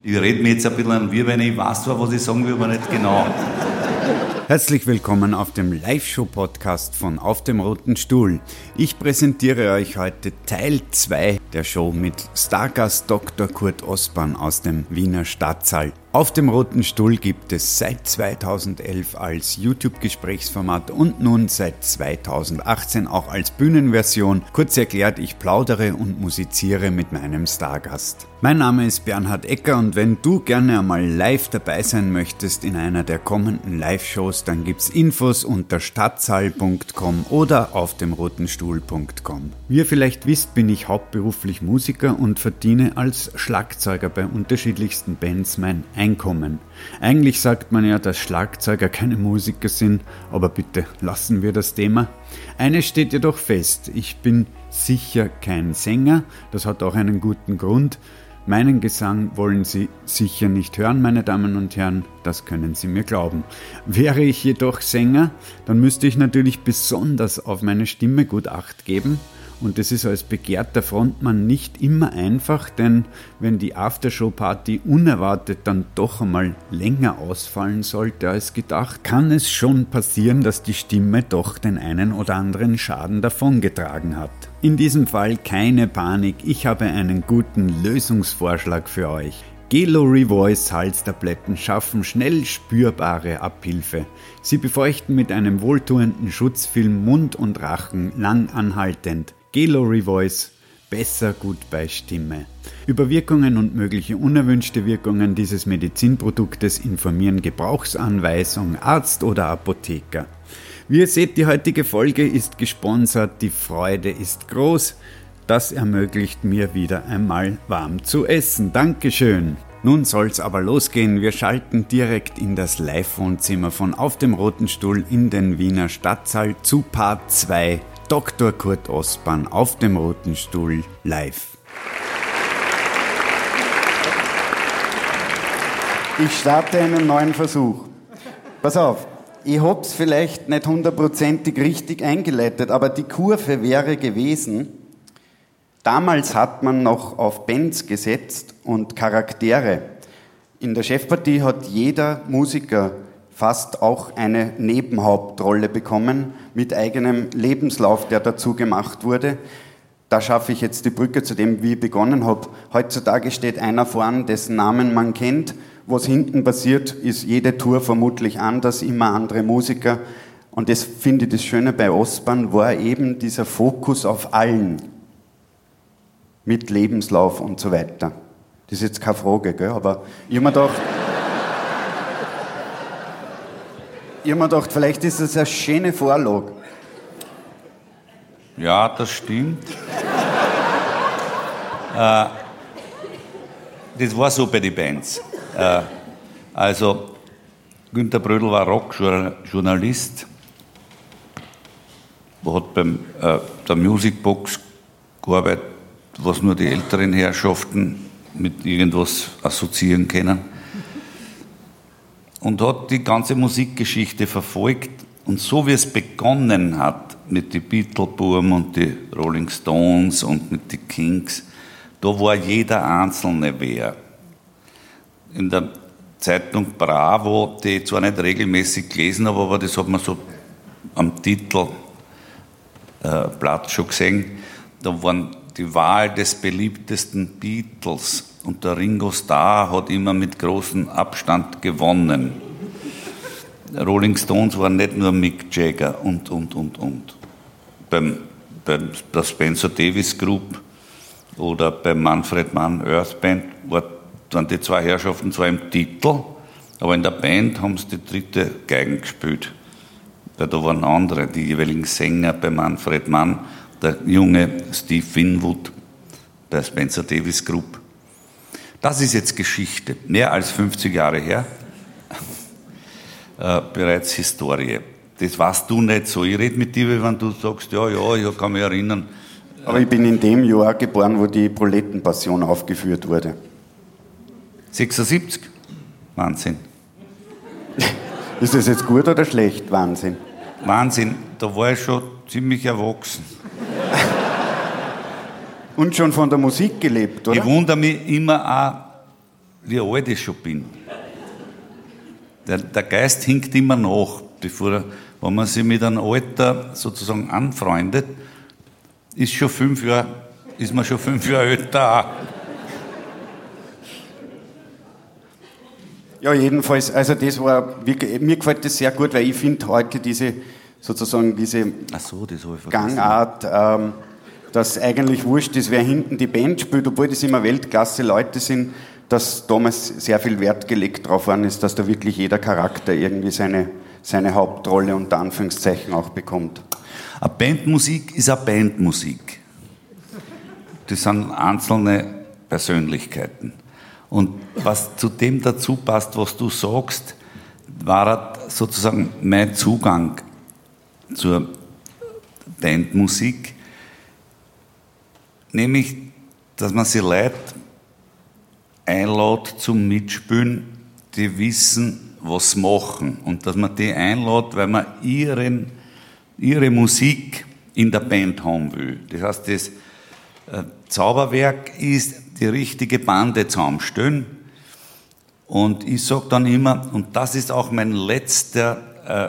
Ich rede mir jetzt ein bisschen wie wenn ich weiß zwar, was ich sagen will, aber nicht genau. Herzlich willkommen auf dem Live-Show-Podcast von Auf dem Roten Stuhl. Ich präsentiere euch heute Teil 2 der Show mit Stargast Dr. Kurt Osborn aus dem Wiener Stadtsaal. Auf dem Roten Stuhl gibt es seit 2011 als YouTube-Gesprächsformat und nun seit 2018 auch als Bühnenversion. Kurz erklärt, ich plaudere und musiziere mit meinem Stargast. Mein Name ist Bernhard Ecker und wenn du gerne einmal live dabei sein möchtest in einer der kommenden Live-Shows, dann gibt's Infos unter stadtsaal.com oder auf demrotenstuhl.com. Wie ihr vielleicht wisst, bin ich hauptberuflich Musiker und verdiene als Schlagzeuger bei unterschiedlichsten Bands mein Einkommen. Eigentlich sagt man ja, dass Schlagzeuger keine Musiker sind, aber bitte lassen wir das Thema. Eines steht jedoch fest, ich bin sicher kein Sänger, das hat auch einen guten Grund. Meinen Gesang wollen Sie sicher nicht hören, meine Damen und Herren, das können Sie mir glauben. Wäre ich jedoch Sänger, dann müsste ich natürlich besonders auf meine Stimme gut Acht geben. Und das ist als begehrter Frontmann nicht immer einfach, denn wenn die Aftershow-Party unerwartet dann doch einmal länger ausfallen sollte als gedacht, kann es schon passieren, dass die Stimme doch den einen oder anderen Schaden davongetragen hat. In diesem Fall keine Panik, ich habe einen guten Lösungsvorschlag für euch. Gelo Revoice Halstabletten schaffen schnell spürbare Abhilfe. Sie befeuchten mit einem wohltuenden Schutzfilm Mund und Rachen lang anhaltend. Gelo Revoice, besser gut bei Stimme. Über Wirkungen und mögliche unerwünschte Wirkungen dieses Medizinproduktes informieren Gebrauchsanweisung, Arzt oder Apotheker. Wie ihr seht, die heutige Folge ist gesponsert, die Freude ist groß. Das ermöglicht mir wieder einmal warm zu essen. Dankeschön. Nun soll's aber losgehen. Wir schalten direkt in das Live-Wohnzimmer von Auf dem Roten Stuhl in den Wiener Stadtsaal zu Part 2. Dr. Kurt Osborn auf dem Roten Stuhl live. Ich starte einen neuen Versuch. Pass auf, ich hab's vielleicht nicht 100%ig richtig eingeleitet, aber die Kurve wäre gewesen, damals hat man noch auf Bands gesetzt und Charaktere. In der Chefpartie hat jeder Musiker fast auch eine Nebenhauptrolle bekommen, mit eigenem Lebenslauf, der dazu gemacht wurde. Da schaffe ich jetzt die Brücke zu dem, wie ich begonnen habe. Heutzutage steht einer vorn, dessen Namen man kennt. Was hinten passiert, ist jede Tour vermutlich anders, immer andere Musiker. Und das finde ich das Schöne bei Osborn, war eben dieser Fokus auf allen. Mit Lebenslauf und so weiter. Das ist jetzt keine Frage, gell? Aber ich habe mir gedacht, vielleicht ist das eine schöne Vorlage. Ja, das stimmt. Das war so bei den Bands. Also, Günter Brödel war Rockjournalist, hat beim der Musicbox gearbeitet, was nur die älteren Herrschaften mit irgendwas assoziieren können. Und hat die ganze Musikgeschichte verfolgt. Und so wie es begonnen hat mit den Beatle-Buben und den Rolling Stones und mit den Kings, da war jeder Einzelne wer. In der Zeitung Bravo, die ich zwar nicht regelmäßig gelesen habe, aber das hat man so am Titelblatt schon gesehen, da waren die Wahl des beliebtesten Beatles und der Ringo Starr hat immer mit großem Abstand gewonnen. Rolling Stones waren nicht nur Mick Jagger und. Bei der Spencer Davis Group oder bei Manfred Mann Earth Band waren die zwei Herrschaften zwar im Titel, aber in der Band haben sie die dritte Geigen gespielt. Weil da waren andere, die jeweiligen Sänger bei Manfred Mann, der junge Steve Winwood bei Spencer Davis Group. Das ist jetzt Geschichte, mehr als 50 Jahre her, bereits Historie. Das weißt du nicht so. Ich rede mit dir, wenn du sagst, ja, ich kann mich erinnern. Aber ich bin in dem Jahr geboren, wo die Proletenpassion aufgeführt wurde. 76? Wahnsinn. Ist das jetzt gut oder schlecht? Wahnsinn. Wahnsinn, da war ich schon ziemlich erwachsen. Und schon von der Musik gelebt, oder? Ich wundere mich immer auch, wie alt ich schon bin. Der Geist hinkt immer nach, wenn man sich mit einem Alter sozusagen anfreundet, ist man schon 5 Jahre älter auch. Ja, jedenfalls, also das war wirklich, mir gefällt das sehr gut, weil ich finde heute diese Gangart, dass eigentlich wurscht ist, wer hinten die Band spielt, obwohl das immer Weltklasse-Leute sind, dass damals sehr viel Wert gelegt darauf worden ist, dass da wirklich jeder Charakter irgendwie seine Hauptrolle unter Anführungszeichen auch bekommt. Eine Bandmusik ist eine Bandmusik. Das sind einzelne Persönlichkeiten. Und was zu dem dazu passt, was du sagst, war sozusagen mein Zugang zur Bandmusik, nämlich, dass man sich Leute einlädt zum Mitspielen, die wissen, was sie machen, und dass man die einlädt, weil man ihre Musik in der Band haben will. Das heißt, das Zauberwerk ist die richtige Bande zusammenstellen. Und ich sage dann immer, und das ist auch mein letzter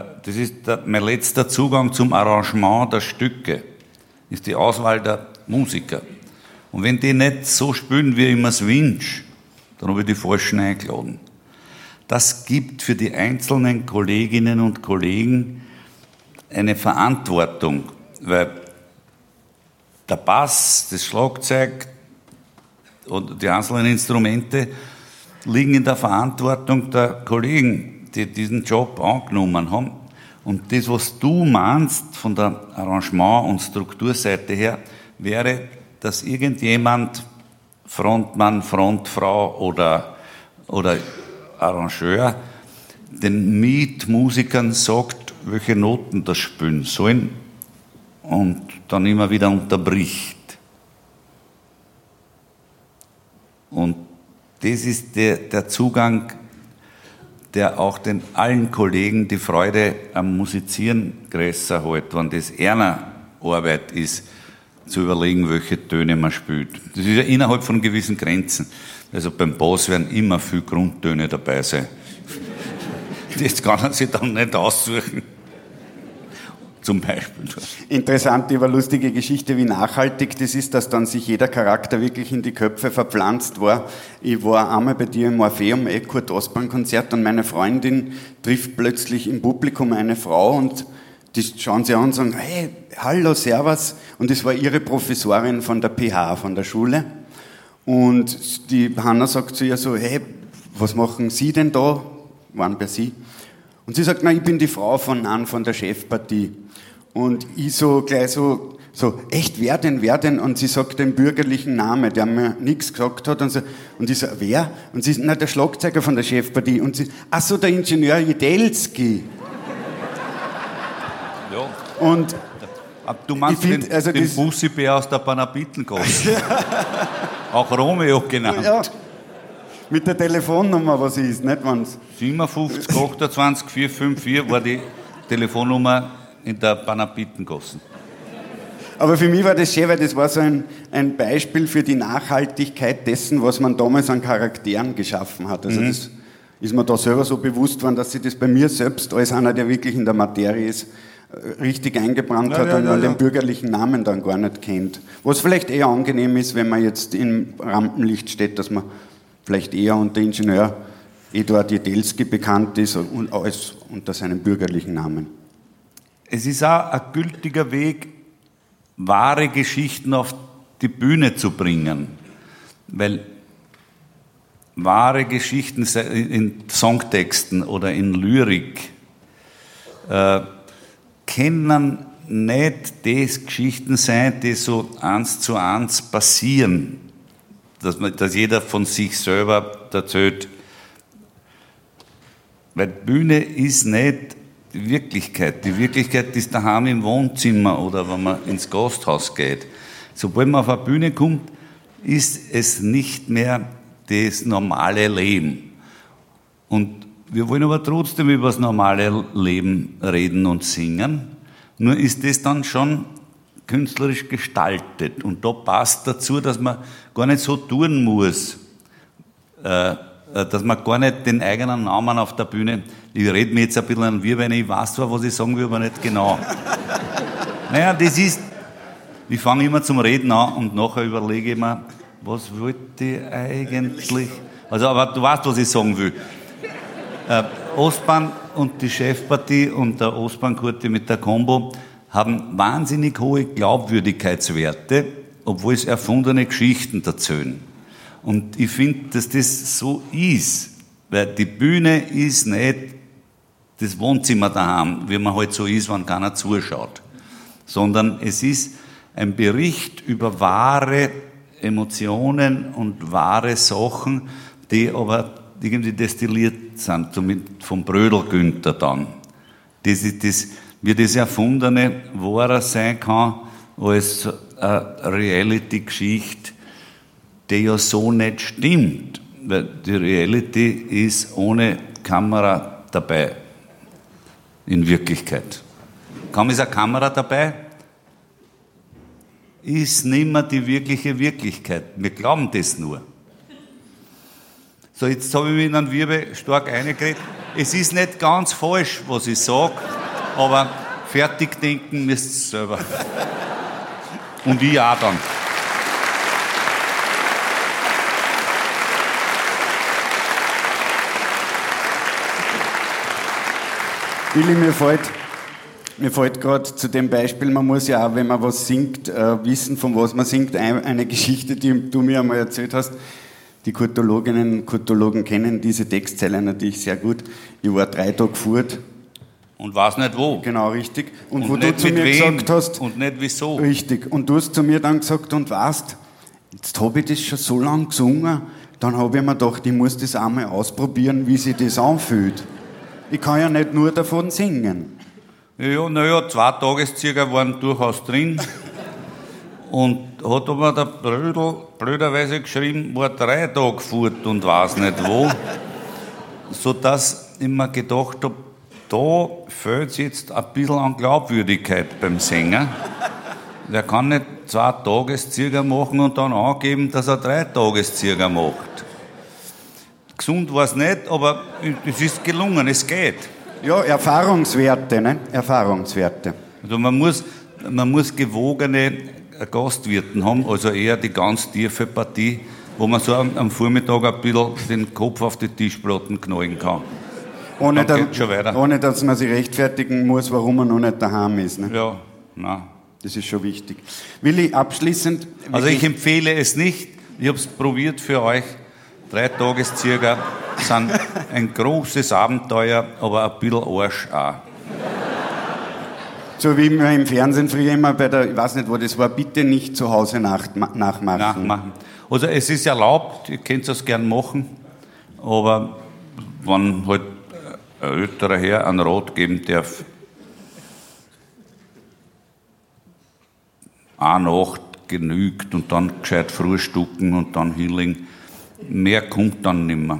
Zugang zum Arrangement der Stücke, ist die Auswahl der Musiker. Und wenn die nicht so spielen, wie ich mir es wünsche, dann habe ich die Falschen eingeladen. Das gibt für die einzelnen Kolleginnen und Kollegen eine Verantwortung, weil der Bass, das Schlagzeug und die einzelnen Instrumente liegen in der Verantwortung der Kollegen, die diesen Job angenommen haben. Und das, was du meinst von der Arrangement- und Strukturseite her, wäre, dass irgendjemand, Frontmann, Frontfrau oder Arrangeur, den Mitmusikern sagt, welche Noten das spielen sollen und dann immer wieder unterbricht. Und das ist der Zugang, der auch den allen Kollegen die Freude am Musizieren größer hält, wenn das einer Arbeit ist, zu überlegen, welche Töne man spielt. Das ist ja innerhalb von gewissen Grenzen. Also beim Bass werden immer viele Grundtöne dabei sein. Das kann man sich dann nicht aussuchen. Zum Beispiel. Interessante, aber lustige Geschichte, wie nachhaltig das ist, dass dann sich jeder Charakter wirklich in die Köpfe verpflanzt war. Ich war einmal bei dir im Orpheum, Kurt Osborn Konzert, und meine Freundin trifft plötzlich im Publikum eine Frau und die schauen sie an und sagen, hey, hallo, servus. Und das war ihre Professorin von der PH, von der Schule. Und die Hanna sagt zu ihr so, hey, was machen Sie denn da? Waren bei Sie. Und sie sagt, na, ich bin die Frau von der Chefpartie. Und ich so gleich so, echt, wer denn? Und sie sagt den bürgerlichen Namen, der mir nichts gesagt hat. Und ich so, wer? Und sie sagt, na, der Schlagzeuger von der Chefpartie. Und sie, ach so, der Ingenieur Jedelski. Ja. Und du meinst den Bussibär aus der Panabitengasse. Auch Romeo genannt. Ja. Mit der Telefonnummer, was ist, nicht wann's? 57 28 454 war die Telefonnummer in der Panabitengasse. Aber für mich war das schön, weil das war so ein Beispiel für die Nachhaltigkeit dessen, was man damals an Charakteren geschaffen hat. Also das ist mir da selber so bewusst worden, dass sich das bei mir selbst als einer, der wirklich in der Materie ist, richtig eingebrannt hat und man den bürgerlichen Namen dann gar nicht kennt. Was vielleicht eher angenehm ist, wenn man jetzt im Rampenlicht steht, dass man vielleicht eher unter Ingenieur Eduard Jedelski bekannt ist und als unter seinem bürgerlichen Namen. Es ist auch ein gültiger Weg, wahre Geschichten auf die Bühne zu bringen, weil wahre Geschichten in Songtexten oder in Lyrik können nicht das Geschichten sein, die so 1:1 passieren, dass jeder von sich selber erzählt. Weil Bühne ist nicht die Wirklichkeit. Die Wirklichkeit ist daheim im Wohnzimmer oder wenn man ins Gasthaus geht. Sobald man auf eine Bühne kommt, ist es nicht mehr das normale Leben. Und wir wollen aber trotzdem über das normale Leben reden und singen. Nur ist das dann schon künstlerisch gestaltet. Und da passt dazu, dass man gar nicht so tun muss, dass man gar nicht den eigenen Namen auf der Bühne, ich rede mir jetzt ein bisschen an, wie wenn ich weiß zwar, was ich sagen will, aber nicht genau. Naja, das ist, ich fange immer zum Reden an und nachher überlege ich mir, was wollte ich eigentlich, also aber du weißt, was ich sagen will. Ostbahn und die Chefpartie und der Ostbahn-Kurti mit der Combo haben wahnsinnig hohe Glaubwürdigkeitswerte, obwohl es erfundene Geschichten erzählen. Und ich finde, dass das so ist, weil die Bühne ist nicht das Wohnzimmer daheim, wie man halt so ist, wenn keiner zuschaut, sondern es ist ein Bericht über wahre Emotionen und wahre Sachen, die aber irgendwie destilliert sind, somit vom Brödel Günther dann. Wie das Erfundene wahrer sein kann, als eine Reality-Geschichte, die ja so nicht stimmt. Weil die Reality ist ohne Kamera dabei. In Wirklichkeit. Kaum ist eine Kamera dabei, ist nicht mehr die wirkliche Wirklichkeit. Wir glauben das nur. So, jetzt habe ich mich in einen Wirbel stark eingeredet. Es ist nicht ganz falsch, was ich sage, aber fertig denken müsst ihr selber. Und ich auch dann. Willi, mir fällt gerade zu dem Beispiel, man muss ja auch, wenn man was singt, wissen, von was man singt. Eine Geschichte, die du mir einmal erzählt hast. Die Kurtologinnen und Kurtologen kennen diese Textzeile natürlich sehr gut. Ich war 3 Tage fort. Und weiß nicht wo. Genau, richtig. Und wo nicht du zu mir wem gesagt hast. Und nicht wieso. Richtig. Und du hast zu mir dann gesagt, und weißt, jetzt habe ich das schon so lange gesungen, dann habe ich mir gedacht, ich muss das einmal ausprobieren, wie sich das anfühlt. Ich kann ja nicht nur davon singen. Ja, naja, 2 Tageszieger waren durchaus drin. Und hat aber der Brödel blöderweise geschrieben, war 3 Tage fort und weiß nicht wo. Sodass ich mir gedacht habe, da fehlt es jetzt ein bisschen an Glaubwürdigkeit beim Sänger. Der kann nicht 2 Tageszieger machen und dann angeben, dass er 3 Tageszieger macht. Gesund war es nicht, aber es ist gelungen, es geht. Ja, Erfahrungswerte, ne? Erfahrungswerte. Also man muss gewogene Gastwirten haben, also eher die ganz tiefe Partie, wo man so am Vormittag ein bisschen den Kopf auf die Tischplatten knallen kann. Ohne dass man sich rechtfertigen muss, warum man noch nicht daheim ist. Ne? Ja, nein. Das ist schon wichtig. Willi, abschließend... Also ich empfehle es nicht, ich habe es probiert für euch. 3 Tageszieger sind ein großes Abenteuer, aber ein bisschen Arsch auch. So wie wir im Fernsehen früher immer bei der, ich weiß nicht, wo das war, bitte nicht zu Hause nachmachen. Also es ist erlaubt, ihr könnt es gern machen, aber wenn halt ein älterer Herr einen Rat geben darf, eine Nacht genügt und dann gescheit frühstücken und dann hinlegen, mehr kommt dann nimmer.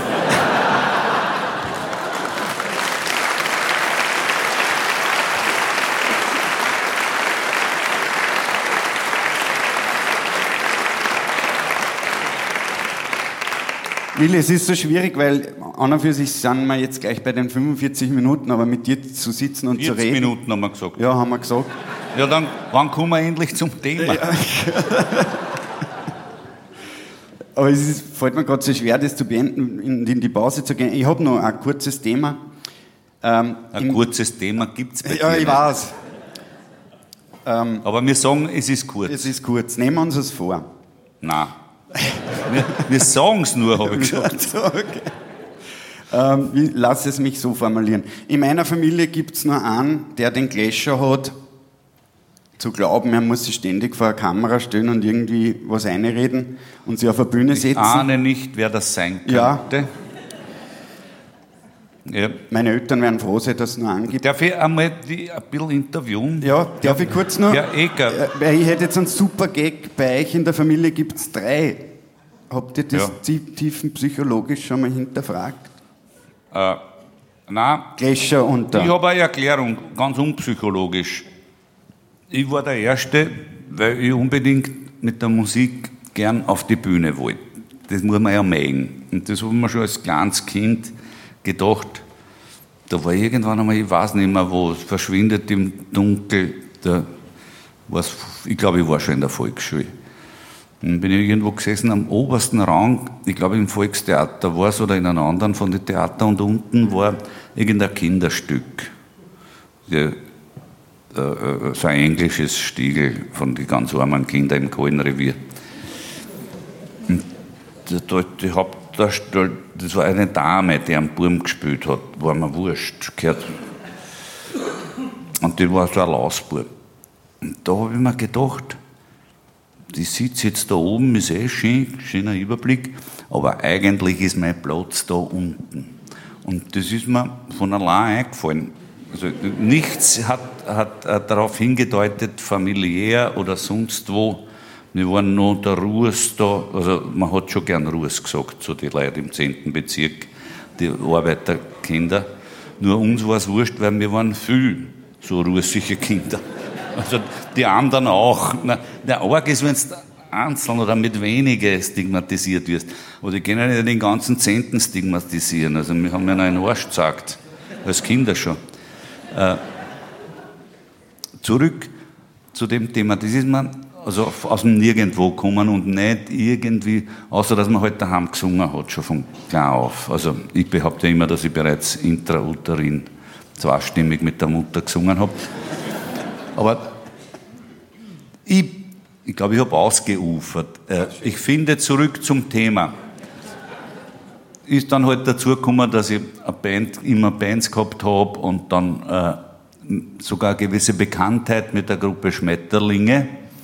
Willi, es ist so schwierig, weil an und für sich sind wir jetzt gleich bei den 45 Minuten, aber mit dir zu sitzen und zu reden... 40 Minuten haben wir gesagt. Ja, haben wir gesagt. Ja, dann, wann kommen wir endlich zum Thema? Ja. Aber fällt mir gerade so schwer, das zu beenden, in die Pause zu gehen. Ich habe noch ein kurzes Thema. Ein kurzes Thema gibt es bei dir. Ja, ich weiß. Aber wir sagen, es ist kurz. Es ist kurz. Nehmen wir uns das vor. Nein. wir sagen es nur, habe ich gesagt. Okay. Lass es mich so formulieren. In meiner Familie gibt es nur einen, der den Gläscher hat, zu glauben, er muss sich ständig vor eine Kamera stellen und irgendwie was einreden und sich auf eine Bühne setzen. Ich ahne nicht, wer das sein könnte. Ja. Meine Eltern werden froh sein, dass es nur angibt. Darf ich einmal die ein bisschen interviewen? Ja, darf ich kurz noch? Ja, egal. Ich hätte jetzt einen super Gag. Bei euch in der Familie gibt es 3. Habt ihr das tiefenpsychologisch schon mal hinterfragt? Nein. Gläscher und Ich habe eine Erklärung, ganz unpsychologisch. Ich war der Erste, weil ich unbedingt mit der Musik gern auf die Bühne wollte. das muss man ja mögen. Und das habe ich mir schon als kleines Kind gedacht, da war irgendwann einmal, ich weiß nicht mehr wo, es verschwindet im Dunkel, ich glaube, ich war schon in der Volksschule. Dann bin ich irgendwo gesessen am obersten Rang, ich glaube im Volkstheater war es oder in einem anderen von den Theatern und unten war irgendein Kinderstück. So ein englisches Stiegel von den ganz armen Kindern im Kohlenrevier. Und das war eine Dame, die einen Burm gespielt hat, war mir wurscht, gehört. Und die war so ein Lausbub. Und da habe ich mir gedacht, die sitzt jetzt da oben, ist schöner Überblick, aber eigentlich ist mein Platz da unten. Und das ist mir von allein eingefallen. Also nichts hat darauf hingedeutet, familiär oder sonst wo. Wir waren noch der Ruhes da, also man hat schon gern Ruhes gesagt zu den Leuten im 10. Bezirk, die Arbeiterkinder. Nur uns war es wurscht, weil wir waren viel so russische Kinder. Also die anderen auch. Der Arg ist, wenn du einzeln oder mit wenigen stigmatisiert wirst. Aber die können ja nicht den ganzen 10. stigmatisieren. Also wir haben ja noch einen Arsch gesagt, als Kinder schon. Zurück zu dem Thema. Das ist mir also aus dem Nirgendwo gekommen und nicht irgendwie, außer dass man halt daheim gesungen hat, schon von klein auf. Also ich behaupte immer, dass ich bereits intrauterin zweistimmig mit der Mutter gesungen habe. Aber ich glaube, ich habe ausgeufert. Ich finde, zurück zum Thema. Ist dann halt dazu gekommen, dass ich immer Bands gehabt habe und dann sogar eine gewisse Bekanntheit mit der Gruppe Schmetterlinge.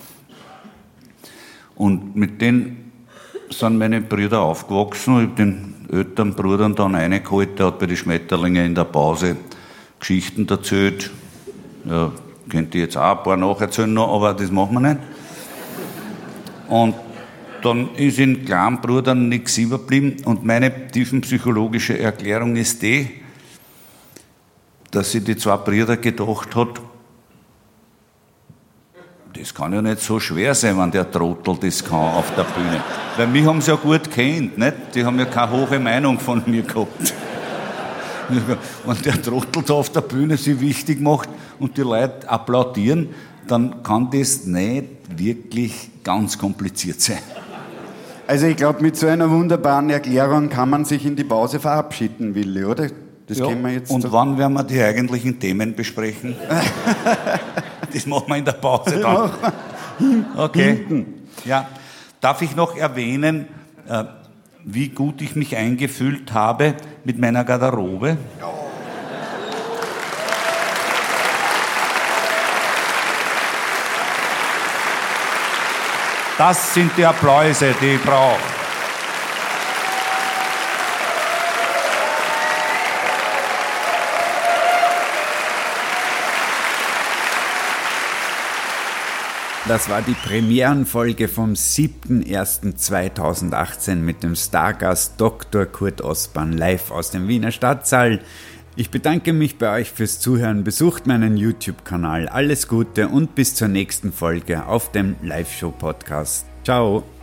Und mit denen sind meine Brüder aufgewachsen. Ich habe den älteren Bruder dann reingeholt, der hat bei den Schmetterlingen in der Pause Geschichten erzählt. Ja, könnte ich jetzt auch ein paar nacherzählen noch, aber das machen wir nicht. Und dann ist in kleinen Brüdern nichts überblieben. Und meine tiefenpsychologische Erklärung ist die, dass sich die zwei Brüder gedacht hat, das kann ja nicht so schwer sein, wenn der Trottel das kann auf der Bühne. Weil mich haben sie ja gut kennt, nicht? Die haben ja keine hohe Meinung von mir gehabt. Wenn der Trottel da auf der Bühne sich wichtig macht und die Leute applaudieren, dann kann das nicht wirklich ganz kompliziert sein. Also ich glaube, mit so einer wunderbaren Erklärung kann man sich in die Pause verabschieden, Willi, oder? Das ja, können wir jetzt und so. wann werden wir die eigentlichen Themen besprechen? Das machen wir in der Pause dann. Okay. Hinten. Ja. Darf ich noch erwähnen, wie gut ich mich eingefühlt habe mit meiner Garderobe? Das sind die Appläuse, die ich brauche. Das war die Premierenfolge vom 7.01.2018 mit dem Stargast Dr. Kurt Osban live aus dem Wiener Stadtsaal. Ich bedanke mich bei euch fürs Zuhören. Besucht meinen YouTube-Kanal. Alles Gute und bis zur nächsten Folge auf dem Live-Show-Podcast. Ciao!